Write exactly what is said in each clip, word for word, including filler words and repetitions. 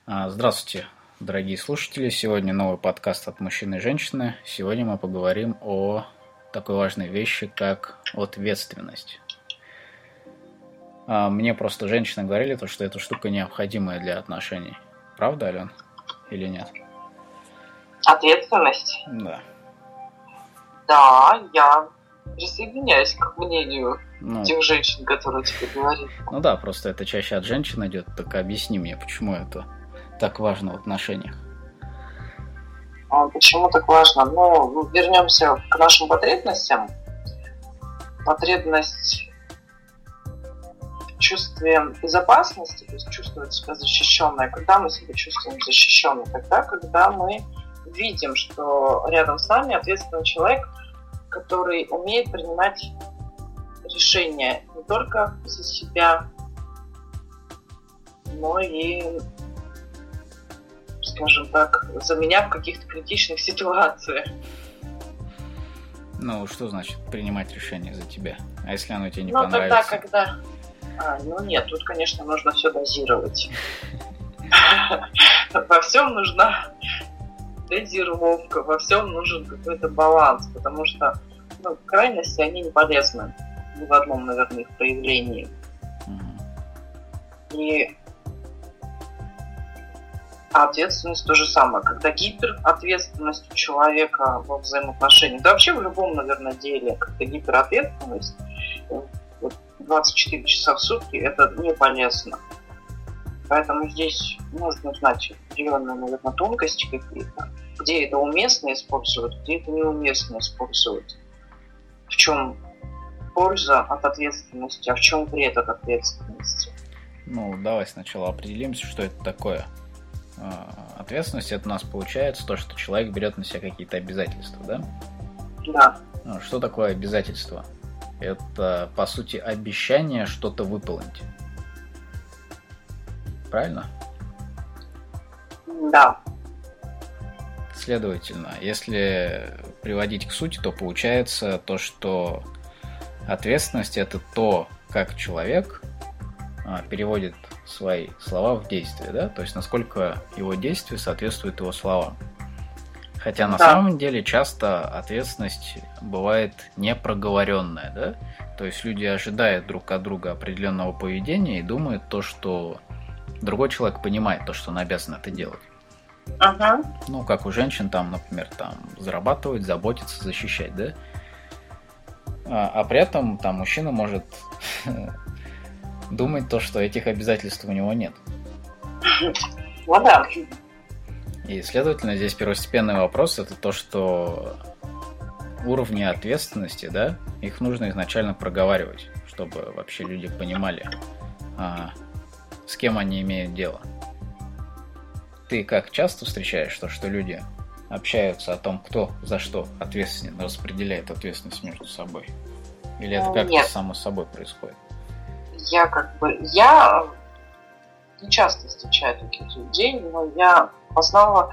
А, Здравствуйте, дорогие слушатели. Сегодня новый подкаст от мужчины и женщины. Сегодня мы поговорим о такой важной вещи, как ответственность. А, Мне просто женщины говорили, то, что эта штука необходимая для отношений. Правда, Ален? Или нет? Ответственность? Да. Да, я присоединяюсь к мнению Ну, тех женщин, которые тебе говорили. ну да, просто это чаще от женщин идет. Так объясни мне, почему это так важно в отношениях? А почему так важно? Ну, вернемся к нашим потребностям. Потребность в чувстве безопасности, то есть чувствовать себя защищенной. Когда мы себя чувствуем защищенной? Тогда, когда мы видим, что рядом с нами ответственный человек, который умеет принимать решения не только за себя, но и, скажем так, за меня в каких-то критичных ситуациях. Ну, что значит принимать решение за тебя? А если оно тебе не ну, понравится? Ну, тогда, когда... А, ну, нет, тут, конечно, нужно все дозировать. Во всем нужна дозировка, во всем нужен какой-то баланс, потому что ну, крайности, они не полезны ни в одном, наверное, их проявлении. И ответственность то же самое. Когда гиперответственность у человека во взаимоотношениях, да вообще в любом, наверное, деле, когда гиперответственность двадцать четыре часа в сутки, это не полезно. Поэтому здесь нужно знать определенные, наверное, тонкости какие-то, где это уместно использовать, где это неуместно использовать. В чем польза от ответственности, а в чем вред от ответственности. Ну, давай сначала определимся, что это такое. Ответственность — это у нас получается то, что человек берет на себя какие-то обязательства, да? Да. Что такое обязательство? Это, по сути, обещание что-то выполнить. Правильно? Да. Следовательно, если приводить к сути, то получается то, что ответственность — это то, как человек переводит свои слова в действие, да? То есть насколько его действия соответствуют его словам. Хотя на да. самом деле часто ответственность бывает непроговоренная, да? То есть люди ожидают друг от друга определенного поведения и думают то, что другой человек понимает то, что он обязан это делать. Uh-huh. Ну, как у женщин, там, например, там, зарабатывать, заботиться, защищать, да? А, а при этом там мужчина может думать то, что этих обязательств у него нет. Ну да. И, следовательно, здесь первостепенный вопрос — это то, что уровни ответственности, да, их нужно изначально проговаривать, чтобы вообще люди понимали, а, с кем они имеют дело. Ты как часто встречаешь то, что люди общаются о том, кто за что ответственен, распределяет ответственность между собой? Или это как-то Нет. само собой происходит? Я как бы... Я не часто встречаю таких людей, но я познала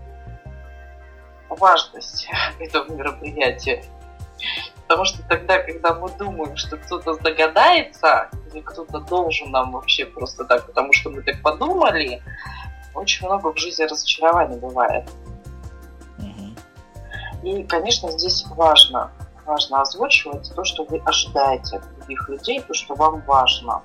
важность этого мероприятия. Потому что тогда, когда мы думаем, что кто-то догадается, или кто-то должен нам вообще просто так, потому что мы так подумали, очень много в жизни разочарований бывает. Угу. И, конечно, здесь важно, важно озвучивать то, что вы ожидаете от других людей, то, что вам важно.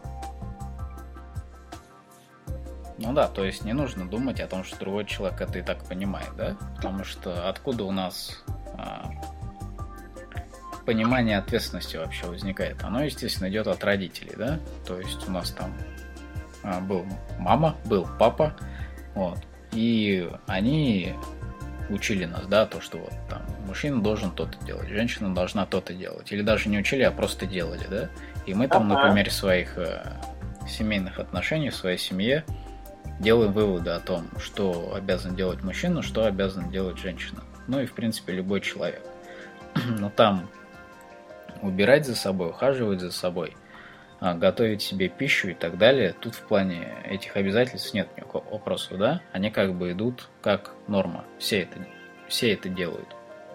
Ну да, то есть не нужно думать о том, что другой человек это и так понимает, да? Потому что откуда у нас а, понимание ответственности вообще возникает? Оно, естественно, идет от родителей, да? То есть у нас там а, был мама, был папа, вот, и они учили нас, да, то, что вот там мужчина должен то-то делать, женщина должна то-то делать. Или даже не учили, а просто делали, да? И мы там, ага. на примере своих э, семейных отношений в своей семье делаем выводы о том, что обязан делать мужчина, что обязан делать женщина. Ну и, в принципе, любой человек. Но там убирать за собой, ухаживать за собой, готовить себе пищу и так далее, тут в плане этих обязательств нет никакого вопроса, да? Они как бы идут как норма. Все это, все это делают.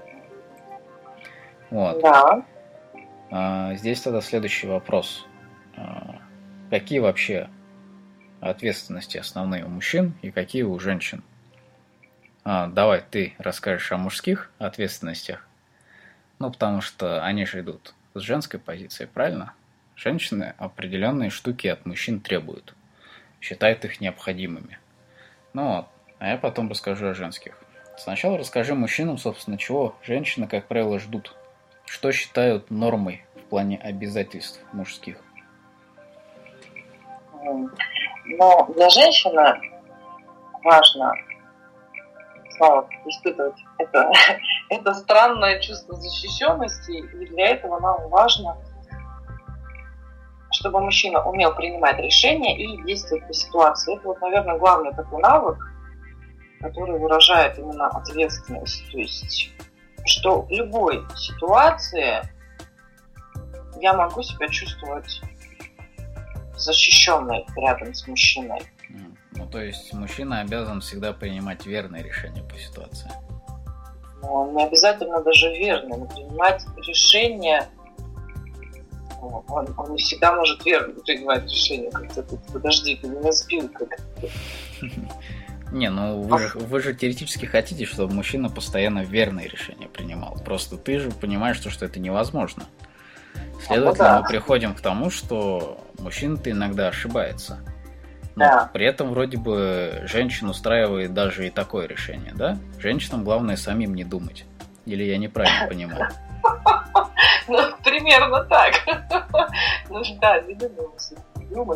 Вот. Да. А, здесь тогда следующий вопрос. А, какие вообще ответственности основные у мужчин и какие у женщин? А, давай ты расскажешь о мужских ответственностях. Ну, потому что они же идут с женской позиции, правильно? Женщины определенные штуки от мужчин требуют, считают их необходимыми. Ну вот, а я потом расскажу о женских. Сначала расскажи мужчинам, собственно, чего женщины, как правило, ждут. Что считают нормой в плане обязательств мужских. Но для женщины важно снова испытывать это, это странное чувство защищенности, и для этого нам важно, чтобы мужчина умел принимать решения и действовать по ситуации. Это, вот, наверное, главный такой навык, который выражает именно ответственность. То есть, что в любой ситуации я могу себя чувствовать защищенной рядом с мужчиной. Ну, то есть мужчина обязан всегда принимать верные решения по ситуации. Но не обязательно даже верные, но принимать решения. Он, он не всегда может верно принимать решения. Как-то тут, подожди, ты меня сбил как-то. Не, ну вы же, вы же теоретически хотите, чтобы мужчина постоянно верные решения принимал. Просто ты же понимаешь, что, что это невозможно. Следовательно, а, ну да. мы приходим к тому, что мужчина-то иногда ошибается. Но да. При этом вроде бы женщин устраивает даже и такое решение, да? Женщинам главное самим не думать. Или я неправильно понимаю? Ну, примерно так. Ну да, не думать.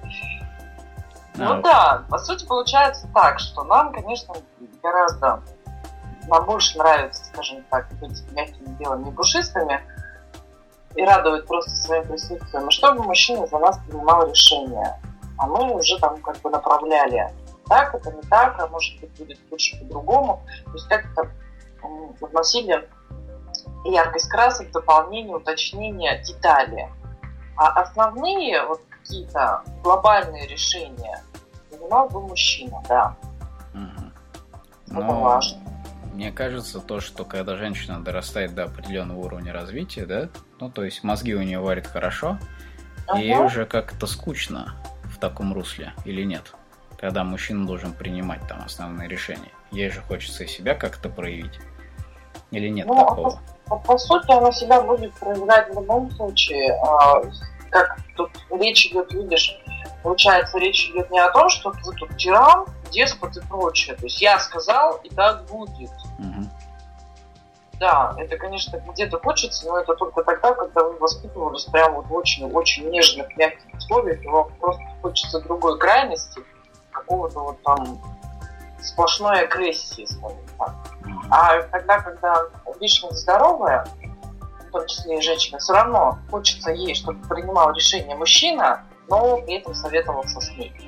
Ну да, по сути получается так, что нам, конечно, гораздо, нам больше нравится, скажем так, быть мягкими, белыми и пушистыми и радовать просто своим присутствием, и чтобы мужчина за нас принимал решения. А мы уже там как бы направляли. Так, это не так, а может быть будет лучше по-другому. То есть как-то вносили яркость красок, дополнение, уточнение, детали. А основные вот какие-то глобальные решения принимал бы мужчина, да. Угу. Это Но важно. Мне кажется, то, что когда женщина дорастает до определенного уровня развития, да, ну то есть мозги у нее варят хорошо, uh-huh. и ей уже как-то скучно в таком русле или нет? Когда мужчина должен принимать там основные решения. Ей же хочется и себя как-то проявить. Или нет ну, такого? По, по сути, она себя будет проявлять в любом случае. А, как тут речь идет, видишь, получается, речь идет не о том, что ты тут тиран, деспот и прочее. То есть я сказал, и так будет. Угу. Да, это, конечно, где-то хочется, но это только тогда, когда вы воспитывались прямо вот в очень-очень нежных, мягких условиях, и вам просто хочется другой крайности, какого-то вот там сплошной агрессии, скажем так. А тогда, когда личность здоровая, в том числе и женщина, все равно хочется ей, чтобы принимал решение мужчина, но при этом советовался с ней.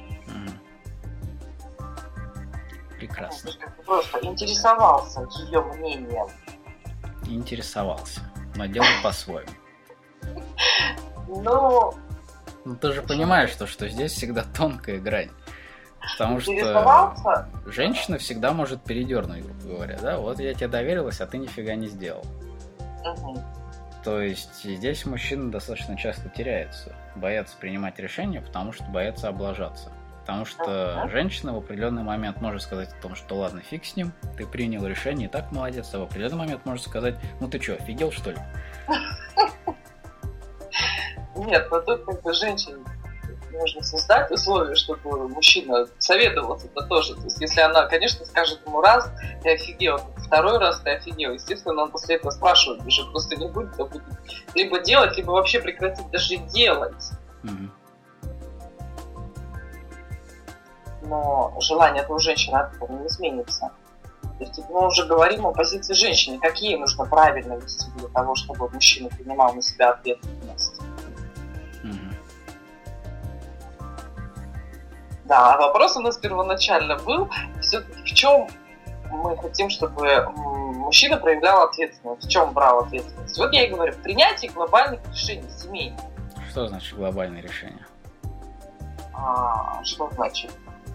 Прекрасно. Ну, просто интересовался ее мнением. Интересовался, но делал по-своему. Ну... Ну, ты же понимаешь, что, что здесь всегда тонкая грань. Потому что женщина всегда может передернуть, грубо говоря, да? Вот я тебе доверилась, а ты нифига не сделал. Угу. То есть здесь мужчины достаточно часто теряются, боятся принимать решения, потому что боятся облажаться. Потому что uh-huh. женщина в определенный момент может сказать о том, что ладно, фиг с ним, ты принял решение, и так молодец, а в определенный момент может сказать, ну ты что, офигел, что ли? Нет, но тут как бы женщине нужно создать условия, чтобы мужчина советовался, это тоже. То есть если она, конечно, скажет ему раз, ты офигел, второй раз ты офигел, естественно, он после этого спрашивать уже просто не будет, а будет либо делать, либо вообще прекратить даже делать. Mm-hmm. Но желание этого женщины от этого не изменится. То есть мы уже говорим о позиции женщины, какие нужно правильно вести для того, чтобы мужчина принимал на себя ответственность. Mm-hmm. Да, а вопрос у нас первоначально был, все-таки в чем мы хотим, чтобы мужчина проявлял ответственность, в чем брал ответственность. Вот я и говорю, в принятии глобальных решений семейных. Что значит глобальное решение? А, что значит?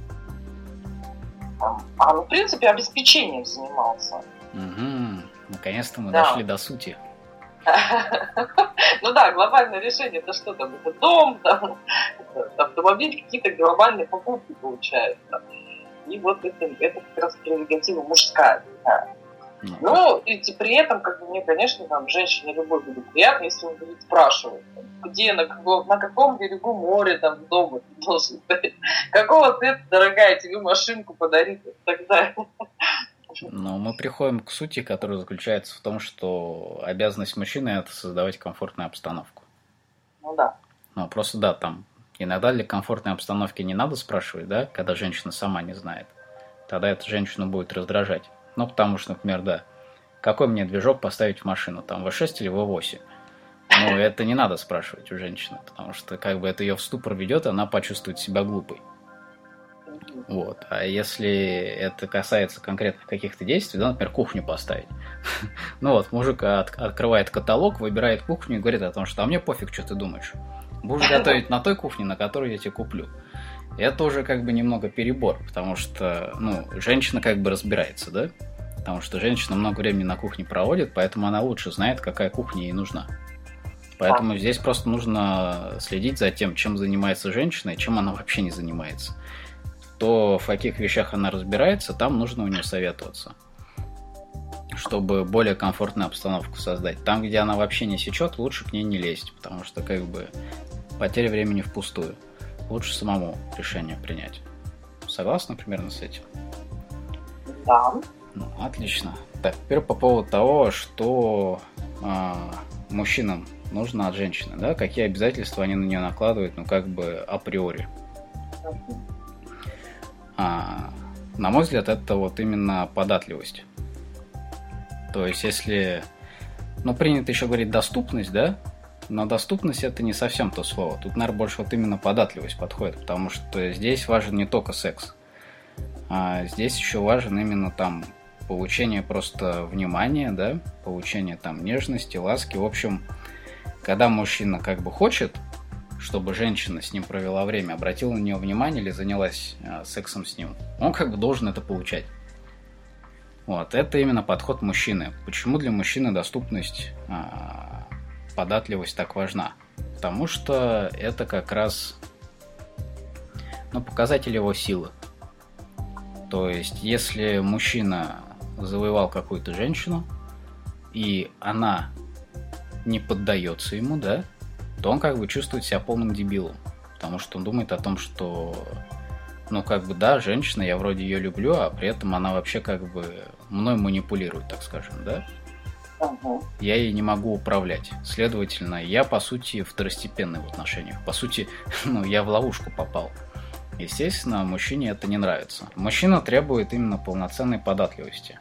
А, ну, в принципе, обеспечением занимался. Угу. Наконец-то мы да. дошли до сути. Ну да, глобальное решение, это что там? Это дом, там, автомобиль, какие-то глобальные покупки получаются. И вот это, это как раз прерогатива мужская. Да. Ну, и при этом, как бы, мне, конечно, там, женщине любой будет приятно, если он будет спрашивать, где, на, каком, на каком берегу моря, там, дома ты должен стоять, какого цвета, дорогая, тебе машинку подарить и так далее. Но мы приходим к сути, которая заключается в том, что обязанность мужчины – это создавать комфортную обстановку. Ну да. Ну, просто да, там иногда для комфортной обстановки не надо спрашивать, да, когда женщина сама не знает. Тогда эта женщину будет раздражать. Ну, потому что, например, да, какой мне движок поставить в машину, там, вэ шесть или вэ восемь? Ну, это не надо спрашивать у женщины, потому что, как бы, это ее в ступор ведет, она почувствует себя глупой. Вот. А если это касается конкретно каких-то действий, да, например, кухню поставить. Ну вот, мужик от- открывает каталог, выбирает кухню и говорит о том, что а мне пофиг, что ты думаешь. Будешь готовить на той кухне, на которой я тебе куплю. Это уже как бы немного перебор, потому что, ну, женщина как бы разбирается, да? Потому что женщина много времени на кухне проводит, поэтому она лучше знает, какая кухня ей нужна. Поэтому здесь просто нужно следить за тем, чем занимается женщина и чем она вообще не занимается. То, в каких вещах она разбирается, там нужно у нее советоваться, чтобы более комфортную обстановку создать. Там, где она вообще не сечет, лучше к ней не лезть, потому что как бы потеря времени впустую. Лучше самому решение принять. Согласна примерно с этим? Да. Ну, отлично. Так, теперь по поводу того, что э, мужчинам нужно от женщины, да, какие обязательства они на нее накладывают, ну, как бы априори. А, на мой взгляд, это вот именно податливость. То есть, если, ну, принято еще говорить доступность, да, но доступность это не совсем то слово. Тут, наверное, больше вот именно податливость подходит, потому что здесь важен не только секс, а здесь еще важен именно там получение просто внимания, да, получение там нежности, ласки. В общем, когда мужчина как бы хочет, чтобы женщина с ним провела время, обратила на него внимание или занялась а, сексом с ним, он как бы должен это получать. Вот, это именно подход мужчины. Почему для мужчины доступность, а, податливость так важна? Потому что это как раз, ну, показатель его силы. То есть, если мужчина завоевал какую-то женщину, и она не поддается ему, да, то он как бы чувствует себя полным дебилом. Потому что он думает о том, что, ну, как бы, да, женщина, я вроде ее люблю, а при этом она вообще как бы мной манипулирует, так скажем, да. Я ей не могу управлять. Следовательно, я, по сути, второстепенный в отношениях. По сути, ну, я в ловушку попал. Естественно, мужчине это не нравится. Мужчина требует именно полноценной податливости.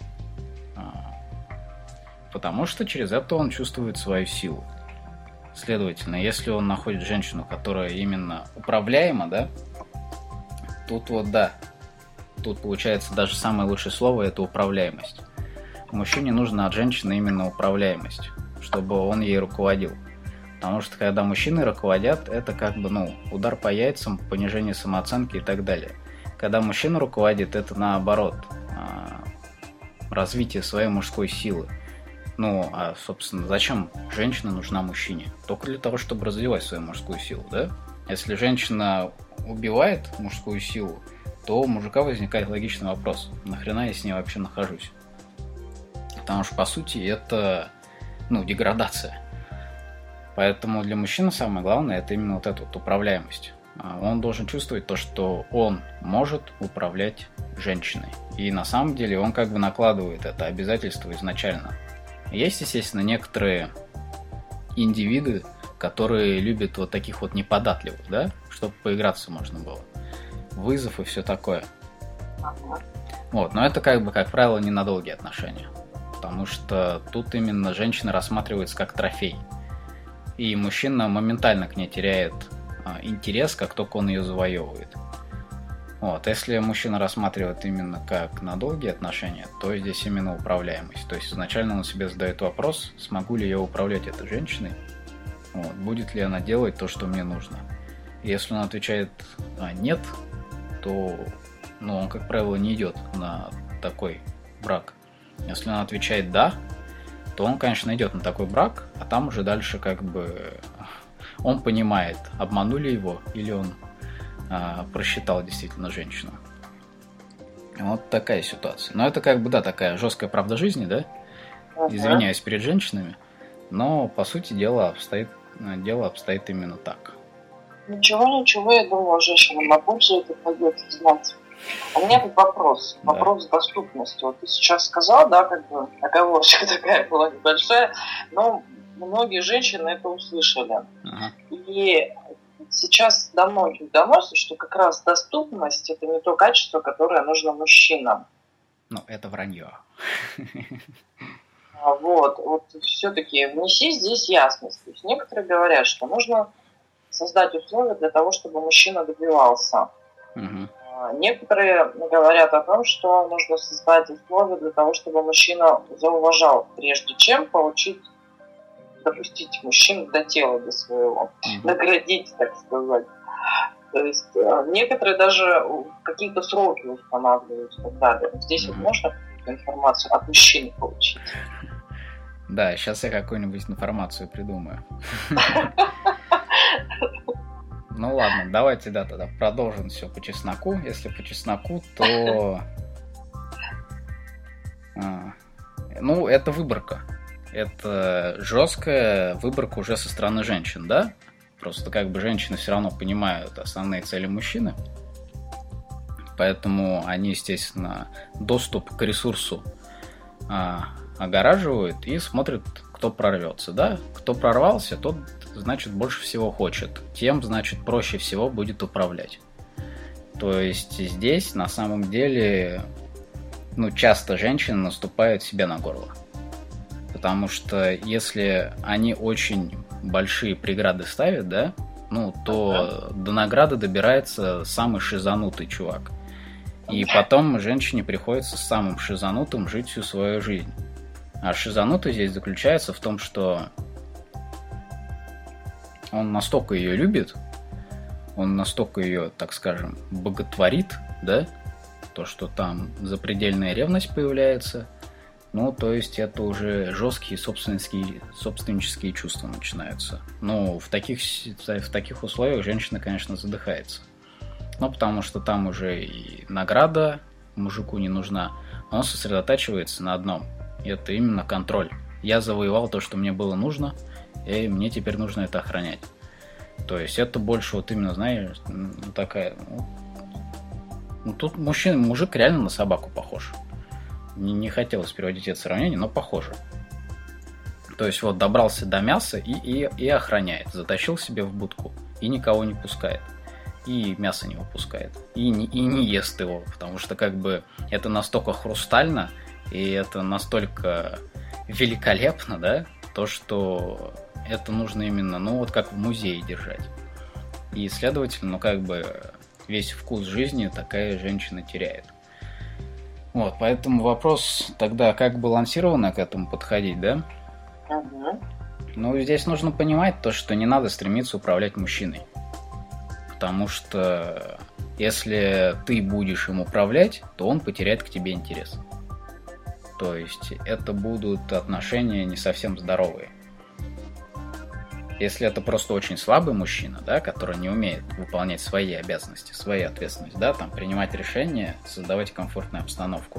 Потому что через это он чувствует свою силу. Следовательно, если он находит женщину, которая именно управляема, да, тут вот да, тут получается даже самое лучшее слово – это управляемость. Мужчине нужно от женщины именно управляемость, чтобы он ей руководил. Потому что когда мужчины руководят, это как бы, ну, удар по яйцам, понижение самооценки и так далее. Когда мужчина руководит, это наоборот, развитие своей мужской силы. Ну, а, собственно, зачем женщина нужна мужчине? Только для того, чтобы развивать свою мужскую силу, да? Если женщина убивает мужскую силу, то у мужика возникает логичный вопрос. Нахрена я с ней вообще нахожусь? Потому что, по сути, это, ну, деградация. Поэтому для мужчины самое главное – это именно вот эта вот управляемость. Он должен чувствовать то, что он может управлять женщиной. И на самом деле он как бы накладывает это обязательство изначально. Есть, естественно, некоторые индивиды, которые любят вот таких вот неподатливых, да, чтобы поиграться можно было. Вызов и все такое. Вот, но это как бы, как правило, не на долгие отношения. Потому что тут именно женщина рассматривается как трофей. И мужчина моментально к ней теряет а, интерес, как только он ее завоевывает. Вот. Если мужчина рассматривает именно как на долгие отношения, то здесь именно управляемость. То есть изначально он себе задает вопрос, смогу ли я управлять этой женщиной, вот, будет ли она делать то, что мне нужно. И если он отвечает а, нет, то, ну, он, как правило, не идет на такой брак. Если он отвечает да, то он, конечно, идет на такой брак, а там уже дальше как бы он понимает, обманули его или он а, просчитал действительно женщину. Вот такая ситуация. Но это как бы, да, такая жесткая правда жизни, да? Uh-huh. Извиняюсь перед женщинами, но по сути дела обстоит, дело обстоит именно так. Ничего, ничего, я думаю, женщинам на пользу это пойдет знать. У меня тут вопрос. Да. Вопрос доступности. Вот ты сейчас сказал, да, как бы оговорочка такая была небольшая, но многие женщины это услышали. Uh-huh. И сейчас до многих доносится, что как раз доступность это не то качество, которое нужно мужчинам. Ну, это вранье. Вот, вот все-таки внеси здесь ясность. То есть некоторые говорят, что нужно создать условия для того, чтобы мужчина добивался. Угу. Некоторые говорят о том, что нужно создать условия для того, чтобы мужчина зауважал, прежде чем получить, допустить мужчину до тела, до своего, угу. наградить, так сказать. То есть некоторые даже какие-то сроки устанавливают и так далее. Здесь угу. вот можно какую-то информацию от мужчины получить. Да, сейчас я какую-нибудь информацию придумаю. Ну ладно, давайте, да, тогда продолжим все по чесноку. Если по чесноку, то... А, ну, это выборка. Это жесткая выборка уже со стороны женщин, да? Просто как бы женщины все равно понимают основные цели мужчины. Поэтому они, естественно, доступ к ресурсу а, огораживают и смотрят, кто прорвется, да? Кто прорвался, тот, значит, больше всего хочет. Тем, значит, проще всего будет управлять. То есть здесь, на самом деле, ну, часто женщины наступают себе на горло. Потому что если они очень большие преграды ставят, да, ну, то до награды добирается самый шизанутый чувак. И потом женщине приходится с самым шизанутым жить всю свою жизнь. А шизанутый здесь заключается в том, что он настолько ее любит, он настолько ее, так скажем, боготворит, да, то, что там запредельная ревность появляется, ну, то есть это уже жесткие собственнические, собственнические чувства начинаются. Ну, в таких, в таких условиях женщина, конечно, задыхается. Ну, потому что там уже и награда мужику не нужна, он сосредотачивается на одном. И это именно контроль. Я завоевал то, что мне было нужно, и мне теперь нужно это охранять. То есть это больше вот именно, знаешь, такая... Ну, тут мужчина, мужик реально на собаку похож. Не, не хотелось переводить это сравнение, но похоже. То есть вот добрался до мяса и, и, и охраняет. Затащил себе в будку и никого не пускает. И мясо не выпускает. И не, и не ест его, потому что как бы это настолько хрустально, и это настолько великолепно, да, то, что это нужно именно, ну, вот как в музее держать. И, следовательно, ну, как бы весь вкус жизни такая женщина теряет. Вот, поэтому вопрос тогда, как балансированно к этому подходить, да? Угу. Ну, здесь нужно понимать то, что не надо стремиться управлять мужчиной. Потому что если ты будешь им управлять, то он потеряет к тебе интерес. То есть это будут отношения не совсем здоровые. Если это просто очень слабый мужчина, да, который не умеет выполнять свои обязанности, свои ответственности, да, там, принимать решения, создавать комфортную обстановку,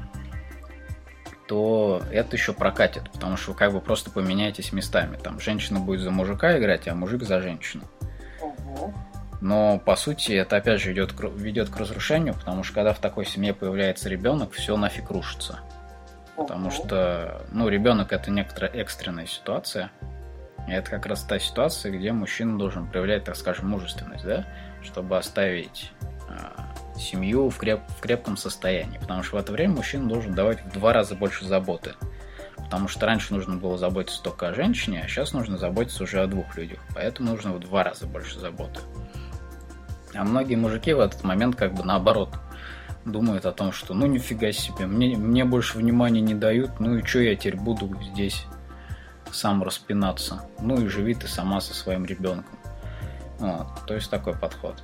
то это еще прокатит, потому что вы как бы просто поменяетесь местами. Там женщина будет за мужика играть, а мужик за женщину. Но, по сути, это опять же ведет, ведет к разрушению, потому что когда в такой семье появляется ребенок, все нафиг рушится. Потому что, ну, ребенок — это некоторая экстренная ситуация. И это как раз та ситуация, где мужчина должен проявлять, так скажем, мужественность, да, чтобы оставить э, семью в, креп, в крепком состоянии. Потому что в это время мужчина должен давать в два раза больше заботы. Потому что раньше нужно было заботиться только о женщине, а сейчас нужно заботиться уже о двух людях. Поэтому нужно в два раза больше заботы. А многие мужики в этот момент как бы наоборот думают о том, что ну нифига себе, мне, мне больше внимания не дают, ну и что я теперь буду здесь сам распинаться? Ну и живи ты сама со своим ребенком. Вот, то есть такой подход.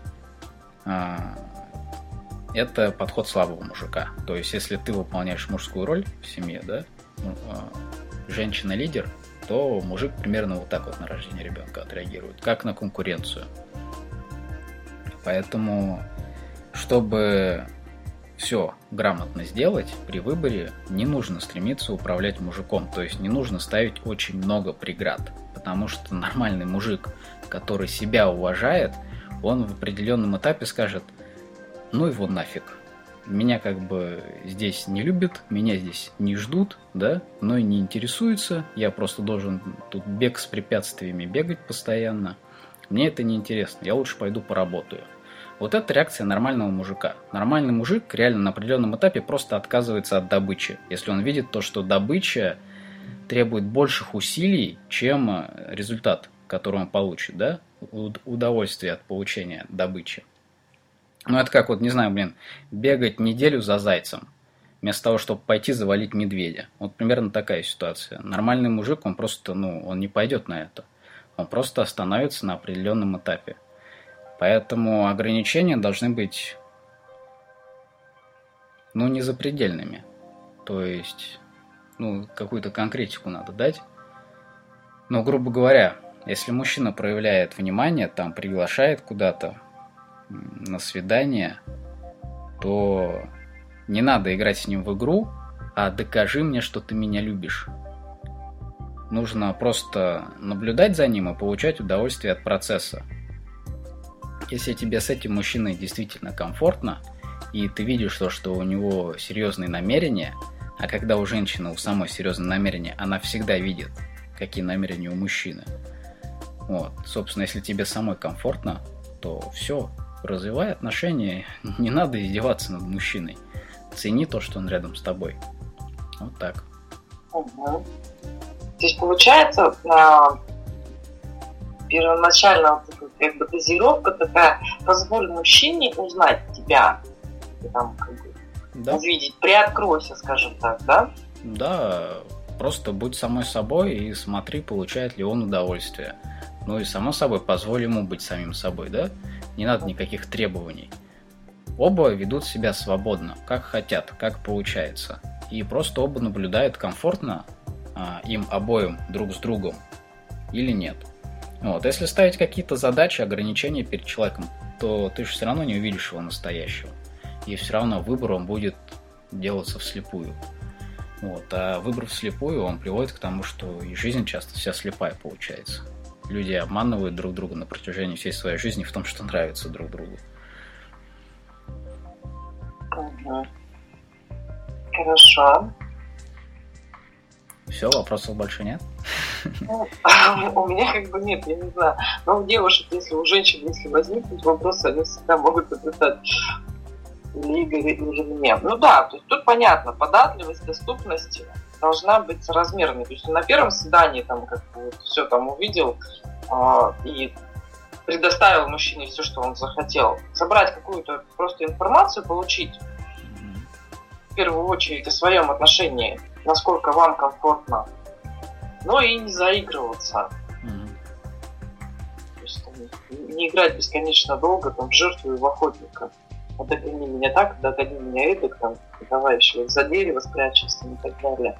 Это подход слабого мужика. То есть если ты выполняешь мужскую роль в семье, да, женщина-лидер, то мужик примерно вот так вот на рождение ребенка отреагирует, как на конкуренцию. Поэтому, чтобы все грамотно сделать, при выборе не нужно стремиться управлять мужиком. То есть не нужно ставить очень много преград. Потому что нормальный мужик, который себя уважает, он в определенном этапе скажет: ну его нафиг. Меня как бы здесь не любят, меня здесь не ждут, да, мной не интересуются, я просто должен тут бег с препятствиями бегать постоянно. Мне это не интересно, я лучше пойду поработаю. Вот это реакция нормального мужика. Нормальный мужик реально на определенном этапе просто отказывается от добычи, если он видит то, что добыча требует больших усилий, чем результат, который он получит, да, удовольствие от получения добычи. Ну, это как, вот, не знаю, блин, бегать неделю за зайцем, вместо того, чтобы пойти завалить медведя. Вот примерно такая ситуация. Нормальный мужик, он просто, ну, он не пойдет на это. Он просто остановится на определенном этапе. Поэтому ограничения должны быть, ну, не запредельными. То есть, ну, какую-то конкретику надо дать. Но, грубо говоря, если мужчина проявляет внимание, там, приглашает куда-то на свидание, то не надо играть с ним в игру, а докажи мне, что ты меня любишь. Нужно просто наблюдать за ним и получать удовольствие от процесса. Если тебе с этим мужчиной действительно комфортно, и ты видишь то, что у него серьезные намерения, а когда у женщины у самой серьезные намерения, она всегда видит, какие намерения у мужчины. Вот. Собственно, если тебе самой комфортно, то все, развивай отношения, не надо издеваться над мужчиной. Цени то, что он рядом с тобой. Вот так. Угу. То есть получается, а, первоначально как бы дозировка такая: позволь мужчине узнать тебя, там, как бы, да. Увидеть, приоткройся, скажем так, да? Да, просто будь самой собой и смотри, получает ли он удовольствие. Ну и само собой, позволь ему быть самим собой, да? Не надо никаких требований. Оба ведут себя свободно, как хотят, как получается. И просто оба наблюдают, комфортно а, им обоим друг с другом или нет. Вот. Если ставить какие-то задачи, ограничения перед человеком, то ты же все равно не увидишь его настоящего. И все равно выбор он будет делаться вслепую. Вот. А выбор вслепую, он приводит к тому, что и жизнь часто вся слепая получается. Люди обманывают друг друга на протяжении всей своей жизни в том, что нравится друг другу. Угу. Хорошо. Все, вопросов больше нет? Ну, у меня как бы нет, я не знаю. Но у девушек, если у женщин, если возникнут вопросы, они всегда могут написать или Игорю, или мне. Ну да, то есть тут понятно, податливость, доступность должна быть соразмерной. То есть на первом свидании там как бы вот все там увидел э, и предоставил мужчине все, что он захотел. Собрать какую-то просто информацию, получить в первую очередь о своем отношении, насколько вам комфортно, но и не заигрываться. Mm-hmm. То есть там, не играть бесконечно долго там, в жертву и в охотника. Вот догони меня так, догони меня это, там, давай еще за дерево спрячься и так далее.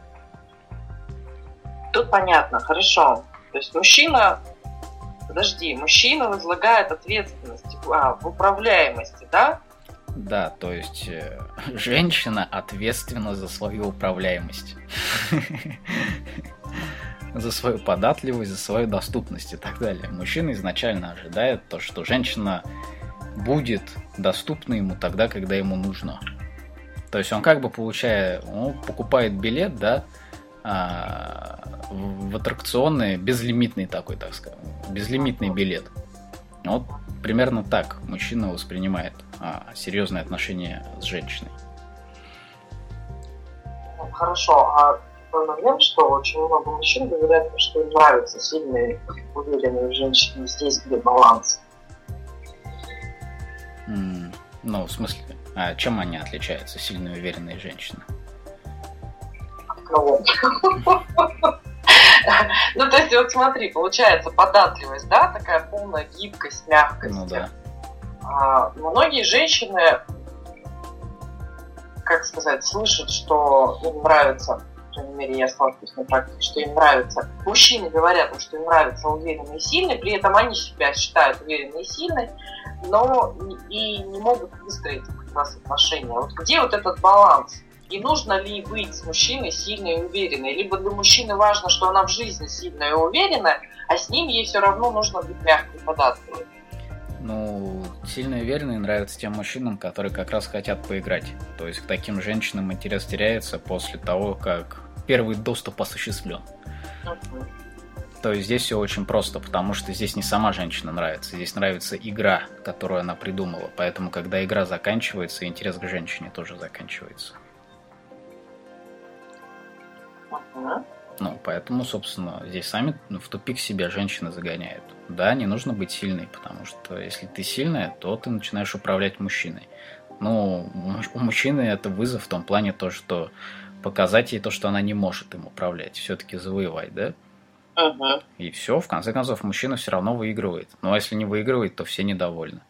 Тут понятно, хорошо. То есть мужчина, подожди, мужчина возлагает ответственность а, в управляемости, да? Да, то есть э, женщина ответственна за свою управляемость. За свою податливость, за свою доступность и так далее. Мужчина изначально ожидает то, что женщина будет доступна ему тогда, когда ему нужно. То есть он как бы получая, он покупает билет, да, в аттракционный безлимитный такой, так сказать, безлимитный билет. Вот примерно так мужчина воспринимает а, серьезные отношения с женщиной. Хорошо, а такой момент, что очень много мужчин говорят, что им нравятся сильные, уверенные женщины. Здесь где баланс? Mm, ну, в смысле, а чем они отличаются, сильные, уверенные женщины? От кого? Ну, то есть, вот смотри, получается податливость, да, такая полная гибкость, мягкость. Ну, да. А, многие женщины, как сказать, слышат, что им нравится, по крайней мере, я сталкиваюсь на практике, что им нравится. Мужчины говорят, что им нравится уверенный и сильный, при этом они себя считают уверенной и сильной, но и не могут выстроить как раз отношения. Вот где вот этот баланс? И нужно ли быть с мужчиной сильной и уверенной? Либо для мужчины важно, что она в жизни сильная и уверенная, а с ним ей все равно нужно быть мягкой и податливой. Ну, сильно и уверенные нравятся тем мужчинам, которые как раз хотят поиграть. То есть к таким женщинам интерес теряется после того, как первый доступ осуществлен. Uh-huh. То есть здесь все очень просто, потому что здесь не сама женщина нравится, здесь нравится игра, которую она придумала. Поэтому, когда игра заканчивается, интерес к женщине тоже заканчивается. Uh-huh. Ну, поэтому, собственно, здесь сами в тупик себя женщины загоняют. Да, не нужно быть сильной, потому что если ты сильная, то ты начинаешь управлять мужчиной. Ну, у мужчины это вызов в том плане, то, что показать ей то, что она не может им управлять, все-таки завоевать, да? Uh-huh. И все, в конце концов, мужчина все равно выигрывает. Ну, а если не выигрывает, то все недовольны.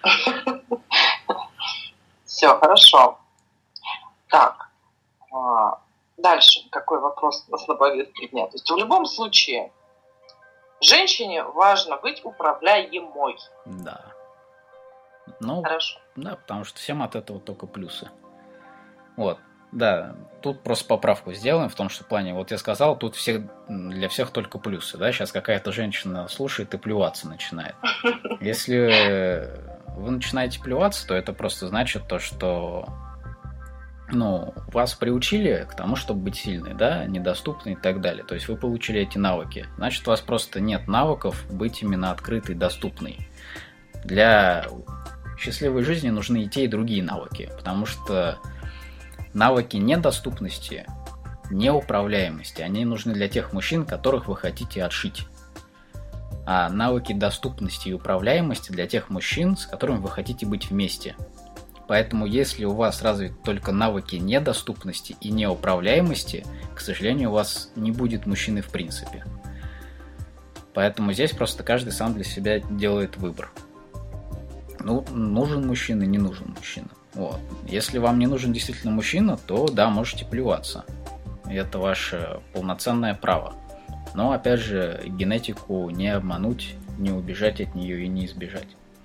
Все, хорошо. Так, дальше какой вопрос у нас на повестке дня? То есть в любом случае женщине важно быть управляемой. Да. Ну, хорошо. Да, потому что всем от этого только плюсы. Вот. Да, тут просто поправку сделаем в том, что в плане, вот я сказал, тут всех, для всех только плюсы, да, сейчас какая-то женщина слушает и плеваться начинает. Если вы начинаете плеваться, то это просто значит то, что, ну, вас приучили к тому, чтобы быть сильной, да, недоступной и так далее, то есть вы получили эти навыки, значит, у вас просто нет навыков быть именно открытой, доступной. Для счастливой жизни нужны и те, и другие навыки, потому что навыки недоступности, неуправляемости, они нужны для тех мужчин, которых вы хотите отшить. А навыки доступности и управляемости для тех мужчин, с которыми вы хотите быть вместе. Поэтому, если у вас развиты только навыки недоступности и неуправляемости, к сожалению, у вас не будет мужчины в принципе. Поэтому здесь просто каждый сам для себя делает выбор. Ну, нужен мужчина, не нужен мужчина. Вот. Если вам не нужен действительно мужчина, то да, можете плеваться. Это ваше полноценное право. Но, опять же, генетику не обмануть, не убежать от нее и не избежать.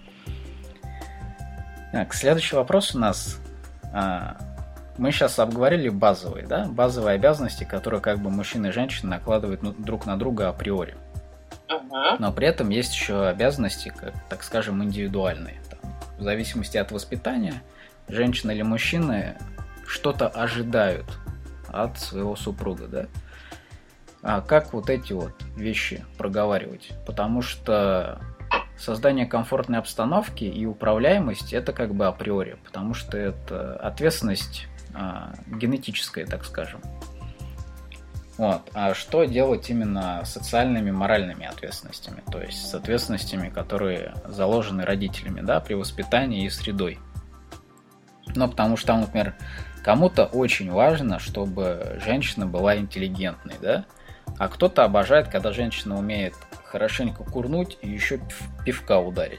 Так, следующий вопрос у нас. Мы сейчас обговорили базовые, да? Базовые обязанности, которые как бы мужчина и женщина накладывают друг на друга априори. Uh-huh. Но при этом есть еще обязанности, как, так скажем, индивидуальные. Там, в зависимости от воспитания, женщина или мужчина что-то ожидают от своего супруга, да? А как вот эти вот вещи проговаривать? Потому что создание комфортной обстановки и управляемость — это как бы априори, потому что это ответственность а, генетическая, так скажем. Вот. А что делать именно с социальными, моральными ответственностями? То есть с ответственностями, которые заложены родителями, да, при воспитании и средой. Ну, потому что там, например, кому-то очень важно, чтобы женщина была интеллигентной, да? А кто-то обожает, когда женщина умеет хорошенько курнуть и еще пивка ударить.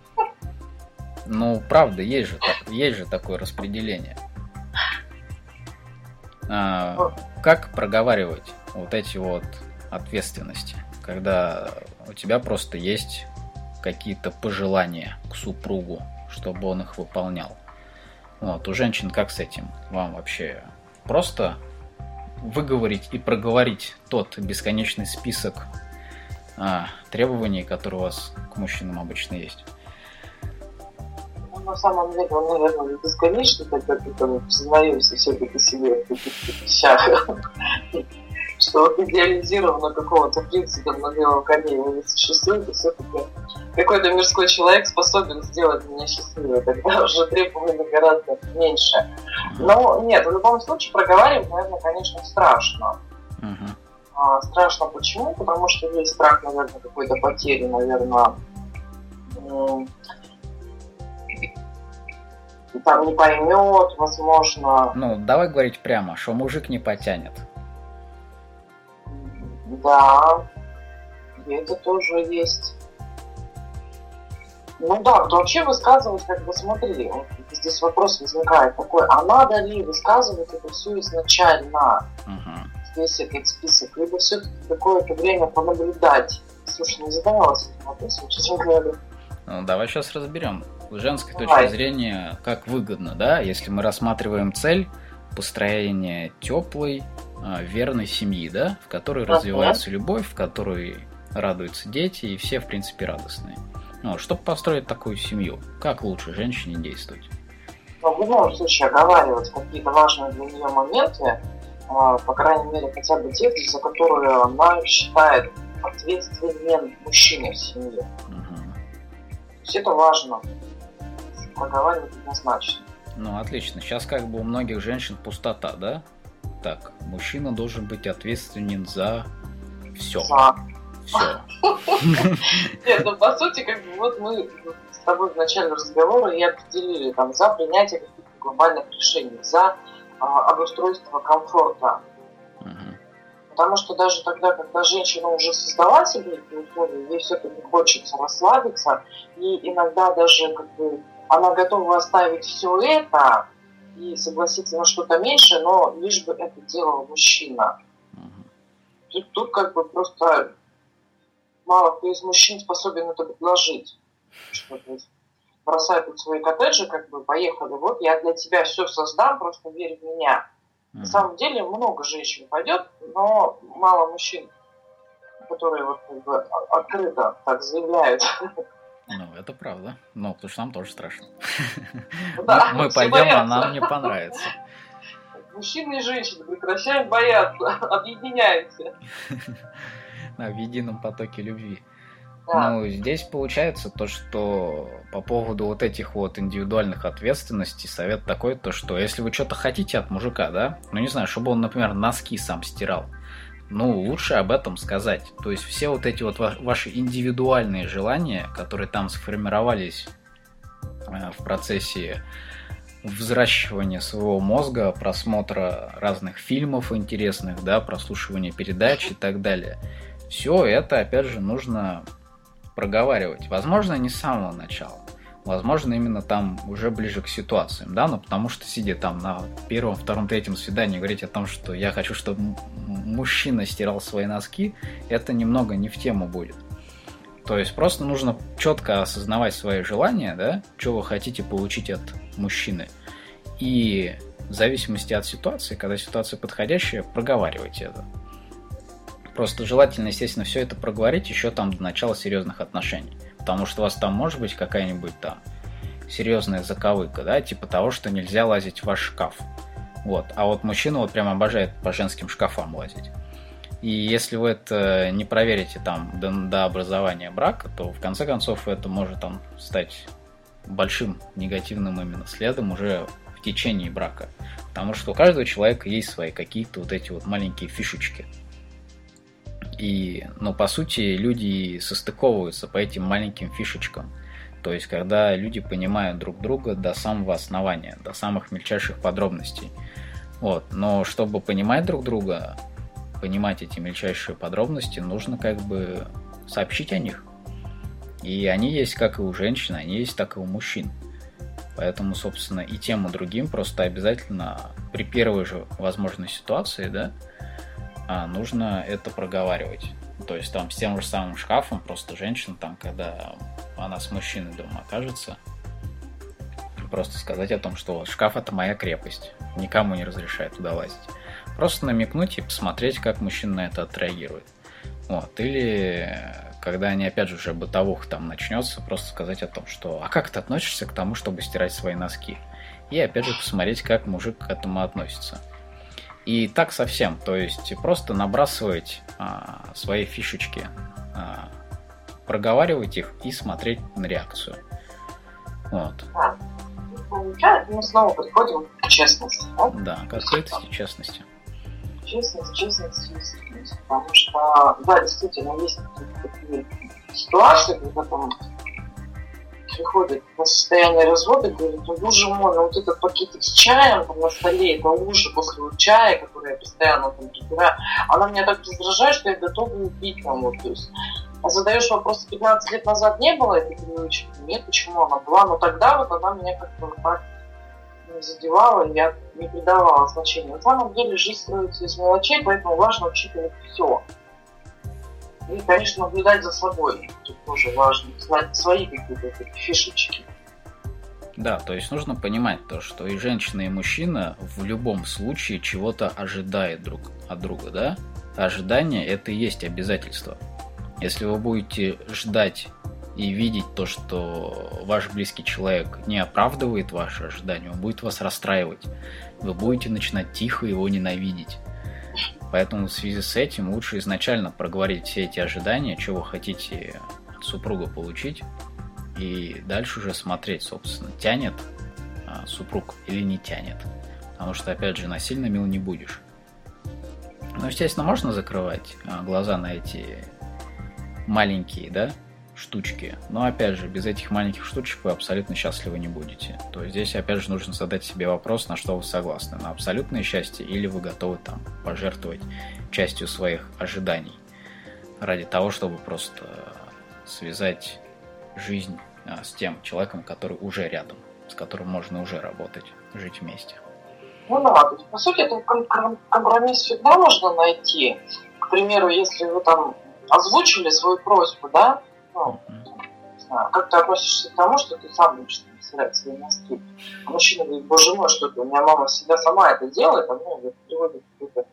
Ну, правда, есть же, есть же такое распределение. А, как проговаривать вот эти вот ответственности, когда у тебя просто есть какие-то пожелания к супругу, чтобы он их выполнял? Вот, у женщин как с этим? Вам вообще просто выговорить и проговорить тот бесконечный список а, требований, которые у вас к мужчинам обычно есть? На самом деле, он, наверное, бесконечный, когда ты там признаешься все-таки себе в каких-то вещах, что вот идеализированно какого-то принципа на белом коне его не существует, и все-таки какой-то мирской человек способен сделать меня счастливой, тогда уже требований гораздо меньше. Но нет, в любом случае проговаривать, наверное, конечно, страшно. Uh-huh. А, страшно почему? Потому что есть страх, наверное, какой-то потери, наверное, там не поймет, возможно. Ну, давай говорить прямо, что мужик не потянет. Да, и это тоже есть. Ну да, кто вообще высказывает, как бы смотри, здесь вопрос возникает такой, а надо ли высказывать это все изначально, uh-huh. весь этот список, либо все-таки какое-то время понаблюдать. Слушай, не задавалась этим вопросом, честно говоря. Ну, давай сейчас разберем. С женской Давай. точки зрения, как выгодно, да, если мы рассматриваем цель построения теплой, верной семьи, да, в которой uh-huh. развивается любовь, в которой радуются дети, и все, в принципе, радостные. Ну, чтобы построить такую семью, как лучше женщине действовать? Ну, в любом случае, оговаривать какие-то важные для нее моменты, по крайней мере, хотя бы те, за которые она считает ответственным мужчиной в семье. Uh-huh. То есть это важно. Проговаривать однозначно. Ну, отлично. Сейчас как бы у многих женщин пустота, да? Так, мужчина должен быть ответственен за все. За. Все. Нет, ну по сути, как бы вот мы с тобой в начале разговора и определили там за принятие каких-то глобальных решений, за а, обустройство комфорта. Угу. Потому что даже тогда, когда женщина уже создала себе эти условия, ей все-таки хочется расслабиться, и иногда даже как бы она готова оставить все это и согласиться на что-то меньше, но лишь бы это делал мужчина. Uh-huh. Тут, тут как бы просто мало кто из мужчин способен это предложить. Что, то есть, бросай тут свои коттеджи, как бы, поехали, вот я для тебя все создам, просто верь в меня. Uh-huh. На самом деле много женщин пойдет, но мало мужчин, которые вот как бы открыто так заявляют. Ну, это правда. Ну, потому что нам тоже страшно. Да, мы пойдем, боятся. А нам не понравится. Мужчины и женщины, прекращаем бояться, объединяемся. Да, в едином потоке любви. Да. Ну, здесь получается то, что по поводу вот этих вот индивидуальных ответственностей совет такой, то что если вы что-то хотите от мужика, да, ну, не знаю, чтобы он, например, носки сам стирал, ну, лучше об этом сказать. То есть все вот эти вот ваши индивидуальные желания, которые там сформировались в процессе взращивания своего мозга, просмотра разных фильмов интересных, да, прослушивания передач и так далее. Все это, опять же, нужно проговаривать. Возможно, не с самого начала. Возможно, именно там уже ближе к ситуациям, да, но потому что сидя там на первом, втором, третьем свидании говорить о том, что я хочу, чтобы мужчина стирал свои носки, это немного не в тему будет. То есть просто нужно четко осознавать свои желания, да, что вы хотите получить от мужчины. И в зависимости от ситуации, когда ситуация подходящая, проговаривайте это. Просто желательно, естественно, все это проговорить еще там до начала серьезных отношений. Потому что у вас там может быть какая-нибудь там серьезная заковыка, да, типа того, что нельзя лазить в ваш шкаф. Вот. А вот мужчина вот прям обожает по женским шкафам лазить. И если вы это не проверите там до, до образования брака, то в конце концов это может там стать большим негативным именно следом уже в течение брака. Потому что у каждого человека есть свои какие-то вот эти вот маленькие фишечки. И, ну, по сути, люди состыковываются по этим маленьким фишечкам. То есть, когда люди понимают друг друга до самого основания, до самых мельчайших подробностей. Вот. Но чтобы понимать друг друга, понимать эти мельчайшие подробности, нужно как бы сообщить о них. И они есть как и у женщин, они есть так и у мужчин. Поэтому, собственно, и тем, и другим просто обязательно при первой же возможной ситуации, да, нужно это проговаривать. То есть там с тем же самым шкафом просто женщина, там, когда она с мужчиной дома окажется, просто сказать о том, что шкаф — это моя крепость, никому не разрешаю туда лазить. Просто намекнуть и посмотреть, как мужчина на это отреагирует. Вот. Или когда они, опять же, уже бытовуха там начнется, просто сказать о том, что а как ты относишься к тому, чтобы стирать свои носки? И опять же посмотреть, как мужик к этому относится. И так совсем, то есть просто набрасывать а, свои фишечки, а, проговаривать их и смотреть на реакцию. Вот. Да. Получается, мы снова приходим к честности. Да, да к открытости и честности. Честность, честность, честность. Потому что, да, действительно, есть такие ситуации, когда там приходит на состояние развода и говорит, ну, боже мой, ну вот этот пакетик с чаем там на столе, это ужин после чая, который я постоянно там прибираю, она меня так раздражает, что я готова убить там вот, то есть. А задаешь вопрос, пятнадцать лет назад не было этой привычки? Нет, почему она была? Но тогда вот она меня как-то вот так не задевала, и я не придавала значения. На самом деле жизнь строится из мелочей, поэтому важно учитывать все. И, конечно, наблюдать за собой. Тут тоже важно знать свои какие-то фишечки. Да, то есть нужно понимать то, что и женщина, и мужчина в любом случае чего-то ожидают друг от друга, да? Ожидание – это и есть обязательство. Если вы будете ждать и видеть то, что ваш близкий человек не оправдывает ваши ожидания, он будет вас расстраивать. Вы будете начинать тихо его ненавидеть. Поэтому в связи с этим лучше изначально проговорить все эти ожидания, что вы хотите от супруга получить, и дальше уже смотреть, собственно, тянет а, супруг или не тянет. Потому что, опять же, насильно мил не будешь. Ну, естественно, можно закрывать а, глаза на эти маленькие, да, штучки. Но, опять же, без этих маленьких штучек вы абсолютно счастливы не будете. То есть здесь, опять же, нужно задать себе вопрос, на что вы согласны. На абсолютное счастье или вы готовы там пожертвовать частью своих ожиданий ради того, чтобы просто связать жизнь а, с тем человеком, который уже рядом, с которым можно уже работать, жить вместе. Ну да, то есть, по сути, это компромисс всегда можно найти. К примеру, если вы там озвучили свою просьбу, да, ну, не знаю, как ты относишься к тому, что ты сам будешь стирать свои носки. А мужчина говорит: боже мой, что ты, у меня мама всегда сама это делает, а ну, вот, приводит какой-то...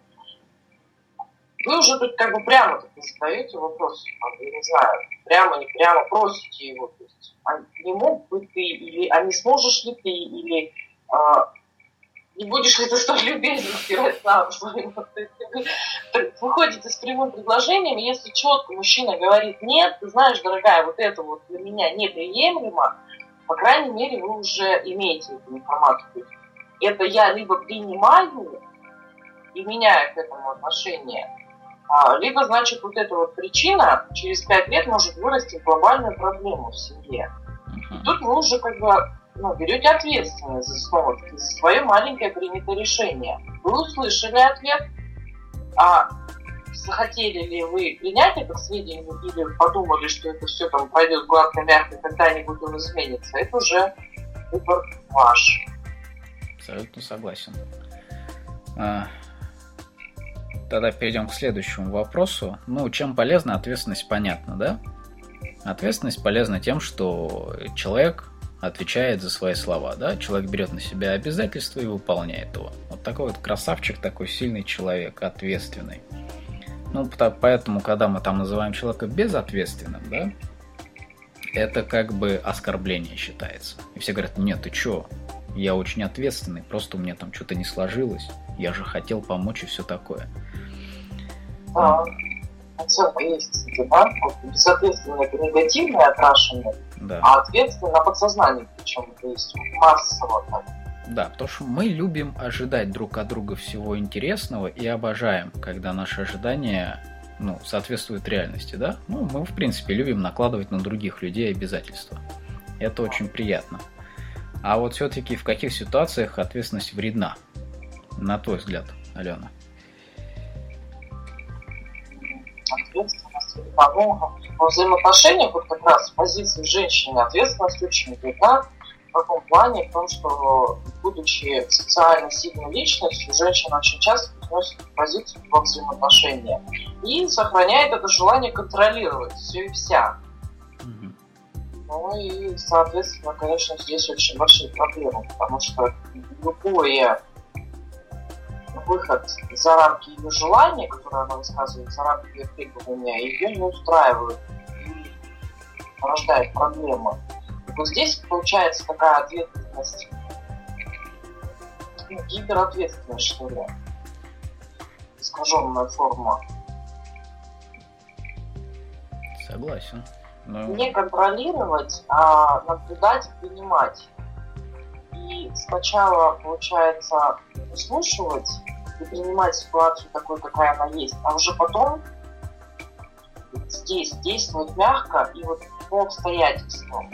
Вы уже тут как бы прямо так задаете вопрос, там, я не знаю, прямо, не прямо просите его, то есть, а не мог бы ты, или а не сможешь ли ты, или а, не будешь ли ты столь любезен стирать сам своим. Вы выходите с прямым предложением, и если четко мужчина говорит: нет, ты знаешь, дорогая, вот это вот для меня неприемлемо, по крайней мере, вы уже имеете эту информацию. Это я либо принимаю и меняю к этому отношение, либо, значит, вот эта вот причина через пять лет может вырасти в глобальную проблему в семье. И тут вы уже как бы ну, берете ответственность за, снова, за свое маленькое принятое решение. Вы услышали ответ, а захотели ли вы принять это к сведению или подумали, что это все там пойдет гладко, мягко, когда-нибудь он изменится, это уже выбор ваш. Абсолютно согласен. Тогда перейдем к следующему вопросу. Ну, чем полезна ответственность, понятно, да? Ответственность полезна тем, что человек отвечает за свои слова, да? Человек берет на себя обязательства и выполняет его. Вот такой вот красавчик, такой сильный человек, ответственный. Ну, поэтому, когда мы там называем человека безответственным, да, это как бы оскорбление считается. И все говорят: нет, ты чё? Я очень ответственный, просто у меня там что-то не сложилось. Я же хотел помочь и все такое. Да, оценка есть, кстати, да? Безответственно это негативное окрашивание, да. А ответственно на подсознании, причем то есть массово. Так. Да, потому что мы любим ожидать друг от друга всего интересного и обожаем, когда наши ожидания ну, соответствуют реальности, да? Ну, мы, в принципе, любим накладывать на других людей обязательства. Это очень приятно. А вот все-таки в каких ситуациях ответственность вредна? На твой взгляд, Алена? Ответственность вредна. Ну, во взаимоотношениях вот как раз в позиции женщины ответственность очень вредна. В каком плане? В том, что, будучи социально сильной личностью, женщина очень часто приносит позицию во взаимоотношениях и сохраняет это желание контролировать все и вся. Mm-hmm. Ну и, соответственно, конечно, здесь очень большие проблемы, потому что любой выход за рамки ее желания, которое она высказывает, за рамки ее требования, ее не устраивает и порождает проблемы. Вот здесь получается такая ответственность, ну, гиперответственность, что ли, искаженная форма. Согласен. Но... Не контролировать, а наблюдать и принимать. И сначала, получается, выслушивать и принимать ситуацию такой, какая она есть, а уже потом здесь действовать мягко и вот по обстоятельствам.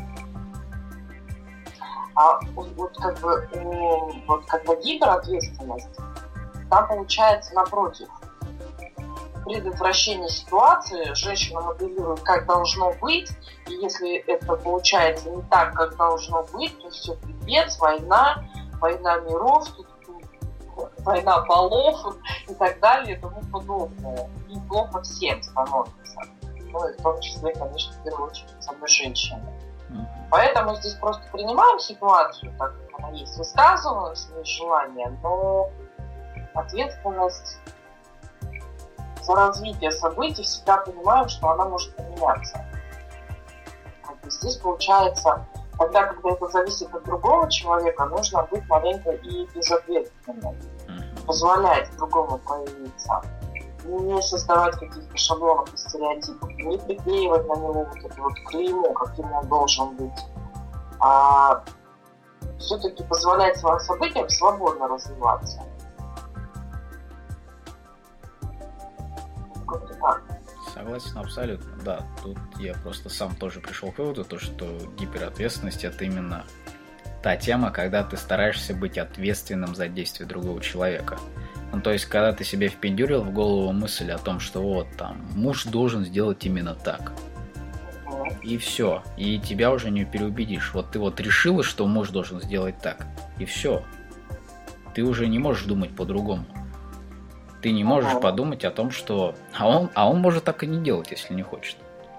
А вот, вот как бы вот когда гиперответственность, там получается напротив. Предотвращение ситуации женщина моделирует, как должно быть, и если это получается не так, как должно быть, то все, пипец, война, война миров, тут, война полов и так далее и тому подобное. И плохо всем становится. ну и в том числе, конечно, в первую очередь самой женщины. Поэтому здесь просто принимаем ситуацию, так как она есть, высказываем свои желания, но ответственность за развитие событий всегда понимаем, что она может поменяться. Здесь получается, тогда, когда это зависит от другого человека, нужно быть маленько и безответственным, позволять другому проявиться, не создавать каких-то шаблонов и стереотипов, не приклеивать на него вот это вот клеймо, каким он должен быть, а все-таки позволять своим событиям свободно развиваться. Как-то так. Согласен абсолютно, да. Тут я просто сам тоже пришел к выводу, то, что гиперответственность — это именно та тема, когда ты стараешься быть ответственным за действия другого человека. Ну, то есть, когда ты себе впендюрил в голову мысль о том, что вот там муж должен сделать именно так. И все. И тебя уже не переубедишь. Вот ты вот решила, что муж должен сделать так. И все. Ты уже не можешь думать по-другому. Ты не можешь ага. подумать о том, что... А он, а он может так и не делать, если не хочет.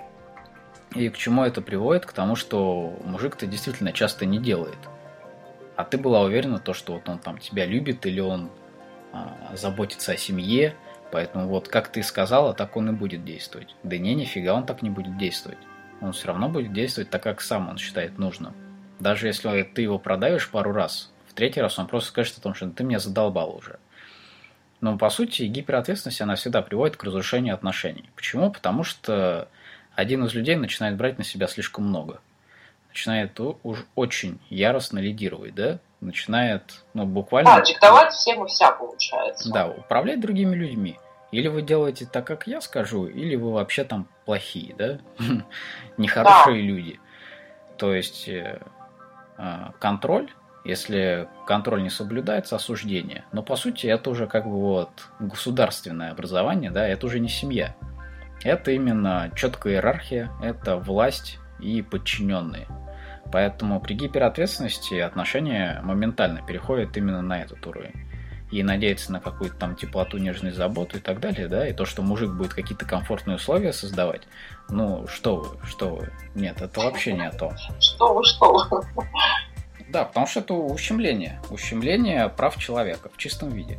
И к чему это приводит? К тому, что мужик-то действительно часто не делает. А ты была уверена, то, что вот он там тебя любит, или он а, заботится о семье. Поэтому вот как ты сказала, так он и будет действовать. Да не, нифига он так не будет действовать. Он все равно будет действовать так, как сам он считает нужным. Даже если ты его продавишь пару раз, в третий раз он просто скажет о том, что ты меня задолбал уже. Но, по сути, гиперответственность, она всегда приводит к разрушению отношений. Почему? Потому что один из людей начинает брать на себя слишком много. Начинает уж очень яростно лидировать, да? Начинает, ну, буквально... Да, диктовать всем и вся, получается. Да, управлять другими людьми. Или вы делаете так, как я скажу, или вы вообще там плохие, да? Нехорошие люди. То есть, контроль... Если контроль не соблюдается, осуждение. Но по сути это уже как бы вот государственное образование, да, это уже не семья. Это именно четкая иерархия, это власть и подчиненные. Поэтому при гиперответственности отношения моментально переходят именно на этот уровень. И надеяться на какую-то там теплоту, нежность, заботу и так далее, да, и то, что мужик будет какие-то комфортные условия создавать, ну, что вы, что вы, нет, это вообще не о том. Что вы, что вы. Да, потому что это ущемление. Ущемление прав человека в чистом виде.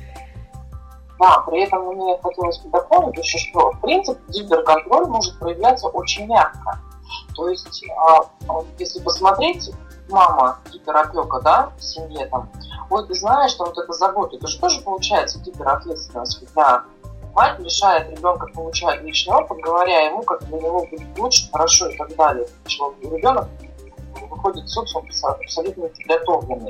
Да, при этом мне хотелось бы дополнить еще, что в принципе гиперконтроль может проявляться очень мягко. То есть, если посмотреть, мама гиперопека, да, в семье там, ой, ты знаешь, что вот это забота, это же тоже получается гиперответственность, когда мать лишает ребенка получать лишний опыт, говоря ему, как для него будет лучше, хорошо и так далее. Ребенок выходит в социум абсолютно неподготовленный.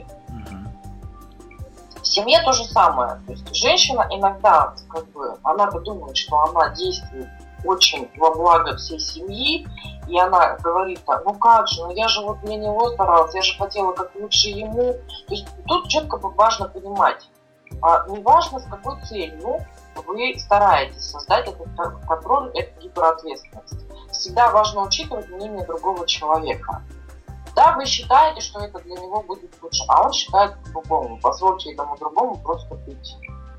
В семье то же самое. То есть женщина иногда, как бы, она-то думает, что она действует очень во благо всей семьи, и она говорит, ну как же, ну я же вот для него старалась, я же хотела как лучше ему. То есть тут четко важно понимать, а не важно с какой целью вы стараетесь создать этот контроль, эту гиперответственность. Всегда важно учитывать мнение другого человека. Да, вы считаете, что это для него будет лучше, а он считает по-другому. Позвольте этому другому просто быть.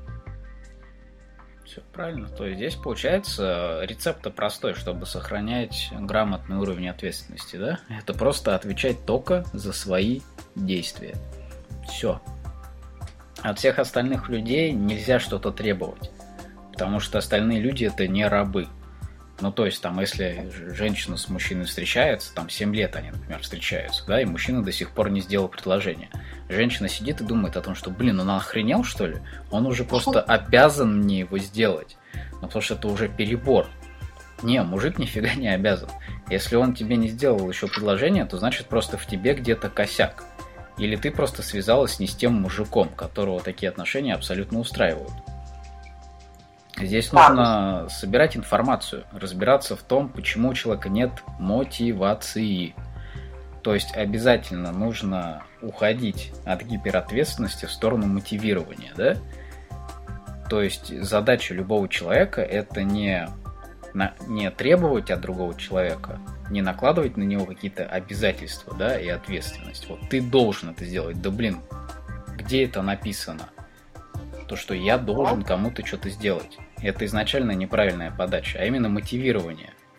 Все правильно. То есть здесь получается рецепт простой, чтобы сохранять грамотный уровень ответственности, да? Это просто отвечать только за свои действия. Все. От всех остальных людей нельзя что-то требовать, потому что остальные люди это не рабы. Ну, то есть, там, если женщина с мужчиной встречается, там, семь лет они, например, встречаются, да, и мужчина до сих пор не сделал предложение. Женщина сидит и думает о том, что, блин, он охренел, что ли? Он уже просто обязан мне его сделать. Ну, потому что это уже перебор. Не, мужик нифига не обязан. Если он тебе не сделал еще предложение, то значит просто в тебе где-то косяк. Или ты просто связалась не с тем мужиком, которого такие отношения абсолютно устраивают. Здесь нужно собирать информацию, разбираться в том, почему у человека нет мотивации. То есть обязательно нужно уходить от гиперответственности в сторону мотивирования, да? То есть задача любого человека это не, не требовать от другого человека, не накладывать на него какие-то обязательства, да, и ответственность. Вот ты должен это сделать. Да блин, где это написано? То, что я должен кому-то что-то сделать. Это изначально неправильная подача, а именно мотивирование.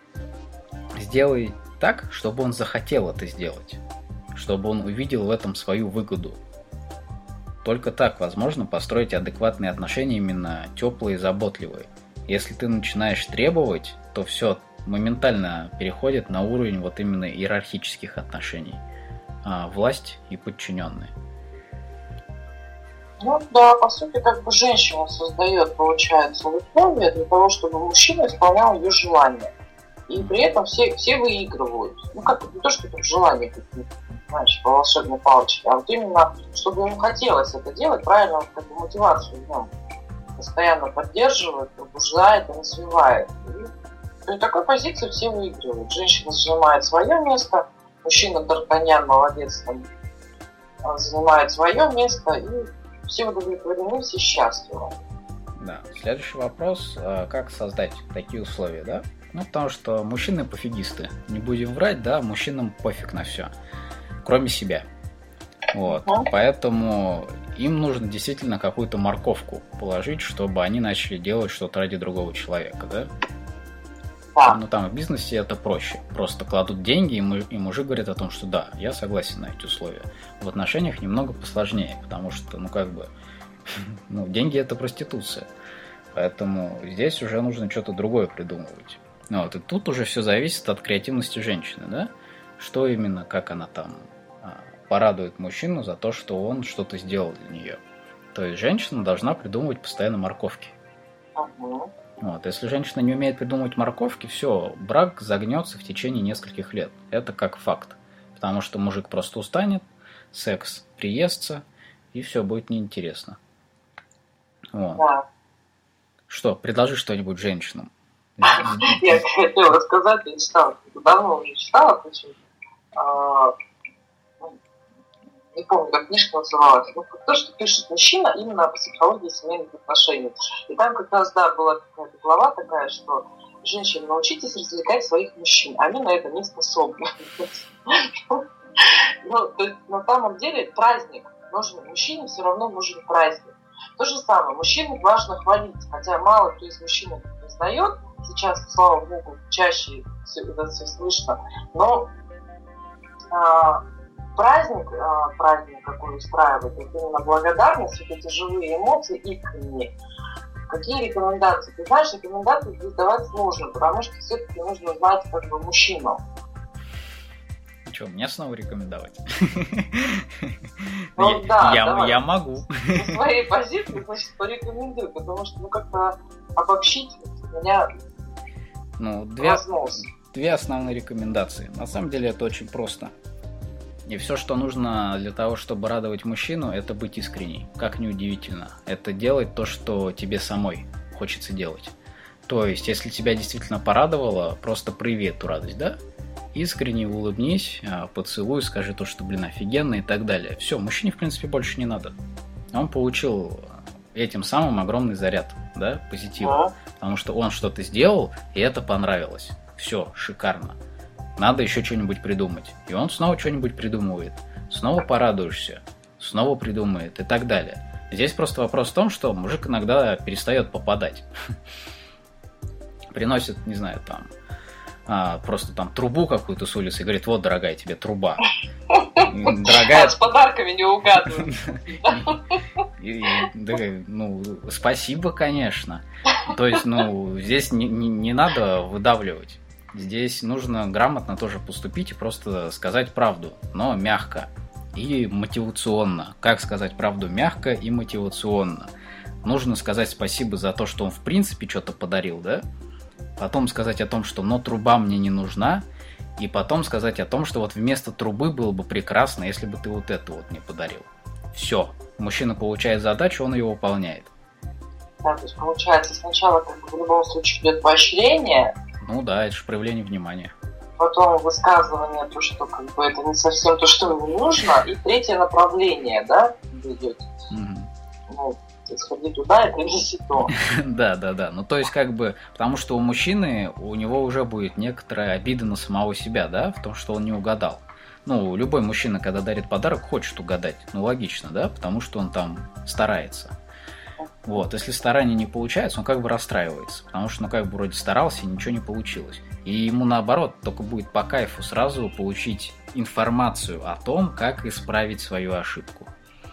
сделай так, чтобы он захотел это сделать, чтобы он увидел в этом свою выгоду. Только так возможно построить адекватные отношения, именно теплые и заботливые. Если ты начинаешь требовать, то все моментально переходит на уровень вот именно иерархических отношений. А, власть и подчиненные. Ну да, по сути, как бы женщина создает, получается, условия для того, чтобы мужчина исполнял ее желания. И при этом все, все выигрывают. Ну как, не то, что там желания какие-то, знаешь, по волшебной палочке, а вот именно, чтобы ему хотелось это делать, правильно, вот, как бы мотивацию в нем постоянно поддерживает, побуждает и развивает. И при такой позиции все выигрывают. Женщина занимает свое место, мужчина Д'Артаньян молодец, там, занимает свое место, и все удовлетворены, все счастливы. Да. Следующий вопрос. Как создать такие условия, да? Ну, потому что мужчины пофигисты. Не будем врать, да, мужчинам пофиг на все. Кроме себя. Вот. Uh-huh. Поэтому им нужно действительно какую-то морковку положить, чтобы они начали делать что-то ради другого человека, да? Да. Ну, там в бизнесе это проще. Просто кладут деньги, и, муж, и мужик говорит о том, что да, я согласен на эти условия. В отношениях немного посложнее, потому что, ну, как бы, ну, деньги – это проституция. Поэтому здесь уже нужно что-то другое придумывать. Вот, и тут уже все зависит от креативности женщины, да? Что именно, как она там а, порадует мужчину за то, что он что-то сделал для нее. То есть женщина должна придумывать постоянно морковки. Uh-huh. Вот. Если женщина не умеет придумывать морковки, все, брак загнется в течение нескольких лет. Это как факт. Потому что мужик просто устанет, секс приестся, и все будет неинтересно. Вот. Да. Что, предложи что-нибудь женщинам. Я хотела рассказать, я читала, давно уже читала, почему. Не помню, как книжка называлась. Ну, то, что пишет мужчина именно о психологии семейных отношений. И там как раз, да, была какая-то глава такая, что женщины, научитесь развлекать своих мужчин. Они на это не способны. Ну, то есть, на самом деле, праздник. Нужен мужчине все равно нужен праздник. То же самое. Мужчину важно хвалить. Хотя мало кто из мужчин это признает. Сейчас, слава богу, чаще все это все слышно. Но а, праздник, а, праздник какой устраивает, это именно благодарность, вот эти живые эмоции искренние. Какие рекомендации? Ты знаешь, рекомендации здесь давать сложно, потому что все-таки нужно знать как бы мужчину. Что, мне снова рекомендовать? Ну, да, я, я могу. Со своей позиции, значит, порекомендую, потому что, ну, как-то обобщить меня ну, две, две основные рекомендации. На самом деле это очень просто. И все, что нужно для того, чтобы радовать мужчину, это быть искренней. Как ни удивительно. Это делать то, что тебе самой хочется делать. То есть, если тебя действительно порадовало, просто прояви эту радость, да? Искренне улыбнись, поцелуй, скажи то, что, блин, офигенно и так далее. Все, мужчине, в принципе, больше не надо. Он получил этим самым огромный заряд, да, позитива. Потому что он что-то сделал, и это понравилось. Все, шикарно. Надо еще что-нибудь придумать. И он снова что-нибудь придумывает. Снова порадуешься, снова придумает и так далее. Здесь просто вопрос в том, что мужик иногда перестает попадать. Приносит, не знаю, там, а, просто там трубу какую-то с улицы и говорит: вот, дорогая, тебе труба. Дорогая... С подарками не угадывают. Ну, спасибо, конечно. То есть, ну, здесь не, не, не надо выдавливать. Здесь нужно грамотно тоже поступить и просто сказать правду, но мягко и мотивационно. Как сказать правду мягко и мотивационно? Нужно сказать спасибо за то, что он в принципе что-то подарил, да? Потом сказать о том, что но труба мне не нужна. И потом сказать о том, что вот вместо трубы было бы прекрасно, если бы ты вот это вот мне подарил. Все. Мужчина получает задачу, он ее выполняет. Да, то есть получается сначала как бы в любом случае идет поощрение. Ну да, это же проявление внимания. Потом высказывание, то, что как бы это не совсем то, что ему нужно. И третье направление, да, идет. Угу. Ну, сходи туда и принеси то. Да, да, да. Ну, то есть, как бы, потому что у мужчины, у него уже будет некоторая обида на самого себя, да, в том, что он не угадал. Ну, любой мужчина, когда дарит подарок, хочет угадать. Ну, логично, да, потому что он там старается. Вот, если старание не получается, он как бы расстраивается, потому что, ну, как бы вроде старался, и ничего не получилось. И ему, наоборот, только будет по кайфу сразу получить информацию о том, как исправить свою ошибку.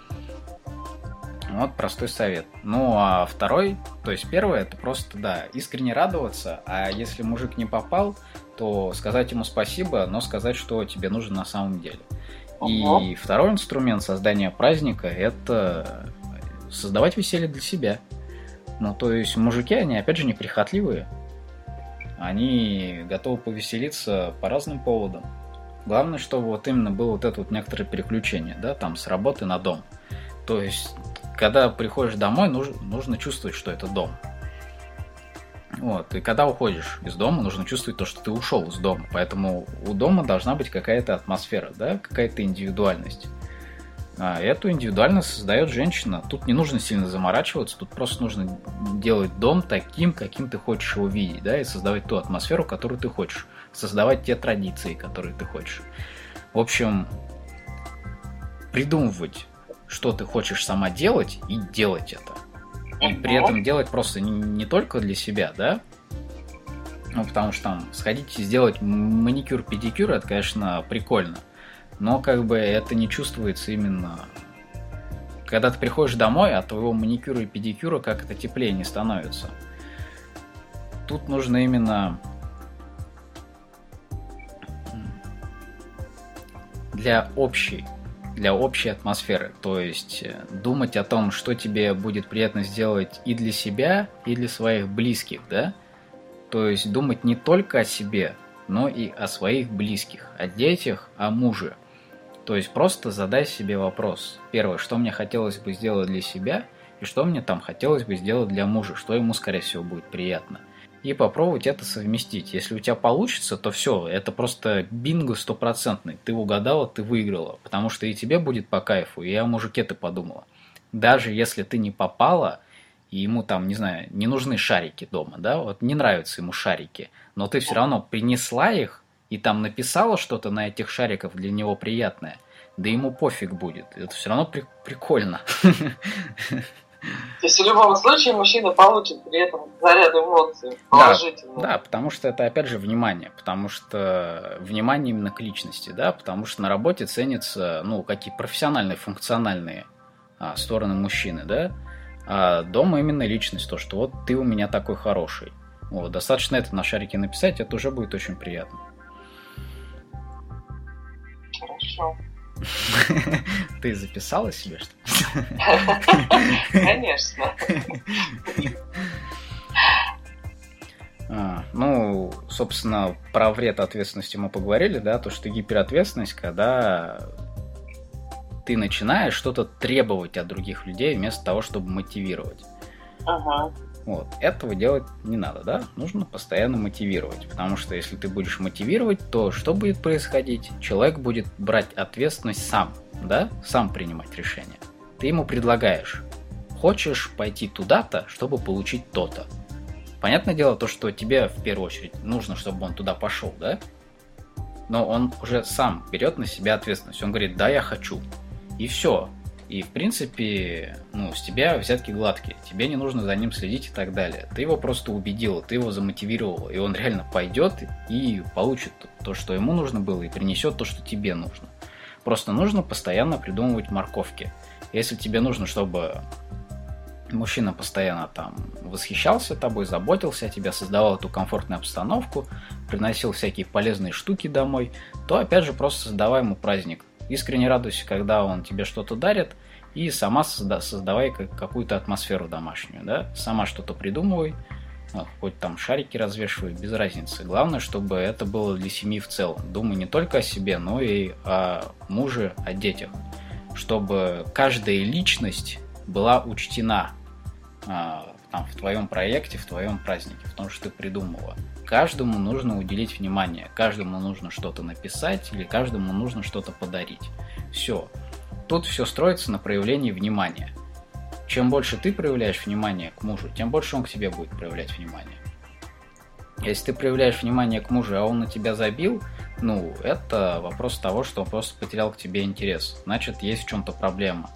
Вот простой совет. Ну, а второй, то есть первый, это просто, да, искренне радоваться, а если мужик не попал, то сказать ему спасибо, но сказать, что тебе нужно на самом деле. Uh-huh. И второй инструмент создания праздника – это создавать веселье для себя. Ну, то есть мужики, они, опять же, неприхотливые. Они готовы повеселиться по разным поводам. Главное, чтобы вот именно было вот это вот некоторое переключение, да, там, с работы на дом. То есть, когда приходишь домой, нужно, нужно чувствовать, что это дом. Вот, и когда уходишь из дома, нужно чувствовать то, что ты ушел из дома. Поэтому у дома должна быть какая-то атмосфера, да, какая-то индивидуальность. А эту индивидуальность создает женщина. Тут не нужно сильно заморачиваться, тут просто нужно делать дом таким, каким ты хочешь его видеть, да, и создавать ту атмосферу, которую ты хочешь, создавать те традиции, которые ты хочешь. В общем, придумывать, что ты хочешь сама делать, и делать это. И при этом делать просто не, не только для себя, да, ну, потому что там сходить и сделать маникюр-педикюр, это, конечно, прикольно. Но как бы это не чувствуется именно... Когда ты приходишь домой, от твоего маникюра и педикюра как-то теплее не становится. Тут нужно именно... Для общей, для общей атмосферы. То есть думать о том, что тебе будет приятно сделать и для себя, и для своих близких, да? То есть думать не только о себе, но и о своих близких, о детях, о муже. То есть просто задай себе вопрос. Первое, что мне хотелось бы сделать для себя, и что мне там хотелось бы сделать для мужа, что ему, скорее всего, будет приятно. И попробовать это совместить. Если у тебя получится, то все, это просто бинго стопроцентный. Ты угадала, ты выиграла. Потому что и тебе будет по кайфу, и о мужике ты подумала. Даже если ты не попала, и ему там, не знаю, не нужны шарики дома, да, вот не нравятся ему шарики, но ты все равно принесла их, и там написала что-то на этих шариках для него приятное, да ему пофиг будет. Это все равно при- прикольно. То есть в любом случае мужчина получит при этом заряд эмоций положительных. Да, да, потому что это опять же внимание, потому что внимание именно к личности, да, потому что на работе ценятся, ну, какие профессиональные, функциональные а, стороны мужчины, да, а дома именно личность, то, что вот ты у меня такой хороший. Вот, достаточно это на шарике написать, это уже будет очень приятно. Хорошо. Ты записала себе что-то? Конечно. А, ну, собственно, про вред ответственности мы поговорили, да, то, что гиперответственность, когда ты начинаешь что-то требовать от других людей вместо того, чтобы мотивировать. Ага. Вот. Этого делать не надо, да? Нужно постоянно мотивировать, потому что если ты будешь мотивировать, то что будет происходить? Человек будет брать ответственность сам, да? Сам принимать решения. Ты ему предлагаешь: хочешь пойти туда-то, чтобы получить то-то. Понятное дело, то, что тебе в первую очередь нужно, чтобы он туда пошел, да? Но он уже сам берет на себя ответственность. Он говорит: да, я хочу. И все. И, в принципе, ну, с тебя взятки гладкие. Тебе не нужно за ним следить и так далее. Ты его просто убедила, ты его замотивировала, и он реально пойдет и получит то, что ему нужно было, и принесет то, что тебе нужно. Просто нужно постоянно придумывать морковки. Если тебе нужно, чтобы мужчина постоянно там восхищался тобой, заботился о тебе, создавал эту комфортную обстановку, приносил всякие полезные штуки домой, то, опять же, просто создавай ему праздник. Искренне радуйся, когда он тебе что-то дарит, и сама созда- создавай какую-то атмосферу домашнюю, да? Сама что-то придумывай, хоть там шарики развешивай, без разницы. Главное, чтобы это было для семьи в целом. Думай не только о себе, но и о муже, о детях. Чтобы каждая личность была учтена а, там, в твоем проекте, в твоем празднике, в том, что ты придумала. Каждому нужно уделить внимание, каждому нужно что-то написать или каждому нужно что-то подарить. Все. Тут все строится на проявлении внимания. Чем больше ты проявляешь внимание к мужу, тем больше он к тебе будет проявлять внимание. Если ты проявляешь внимание к мужу, а он на тебя забил, ну, это вопрос того, что он просто потерял к тебе интерес. Значит, есть в чем-то проблема.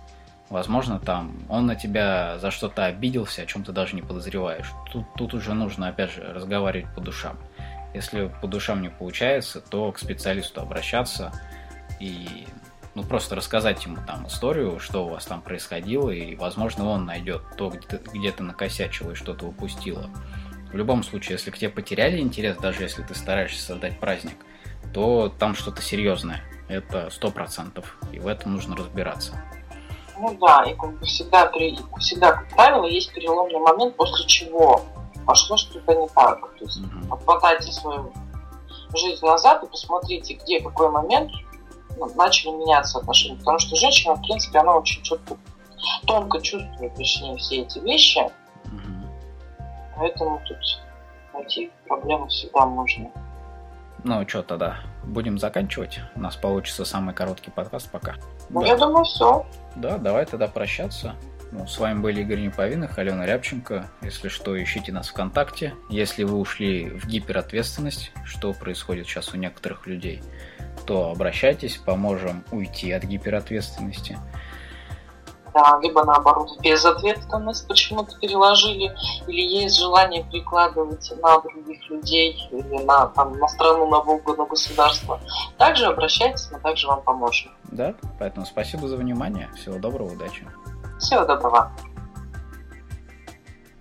Возможно, там он на тебя за что-то обиделся, о чем ты даже не подозреваешь. Тут, тут уже нужно, опять же, разговаривать по душам. Если по душам не получается, то к специалисту обращаться и ну, просто рассказать ему там историю, что у вас там происходило, и, возможно, он найдет то, где ты, где ты накосячила и что-то упустила. В любом случае, если к тебе потеряли интерес, даже если ты стараешься создать праздник, то там что-то серьезное. Это сто процентов. И в этом нужно разбираться. Ну да, и как бы всегда, всегда, как правило, есть переломный момент, после чего пошло что-то не так. То есть mm-hmm. отмотайте свою жизнь назад и посмотрите, где, какой момент ну, начали меняться отношения. Потому что женщина, в принципе, она очень четко, тонко чувствует, точнее, все эти вещи. Mm-hmm. Поэтому тут найти проблемы всегда можно. Ну, что тогда? Будем заканчивать? У нас получится самый короткий подкаст пока. Ну, да. Я думаю, все. Да, давай тогда прощаться. Ну, с вами были Игорь Неповинных, Алена Рябченко. Если что, ищите нас ВКонтакте. Если вы ушли в гиперответственность, что происходит сейчас у некоторых людей, то обращайтесь, поможем уйти от гиперответственности. Да, либо наоборот, безответственность почему-то переложили, или есть желание перекладывать на других людей, или на, там, на страну, на Бога, на государство. Также обращайтесь, мы также вам поможем. Да, поэтому спасибо за внимание. Всего доброго, удачи. Всего доброго.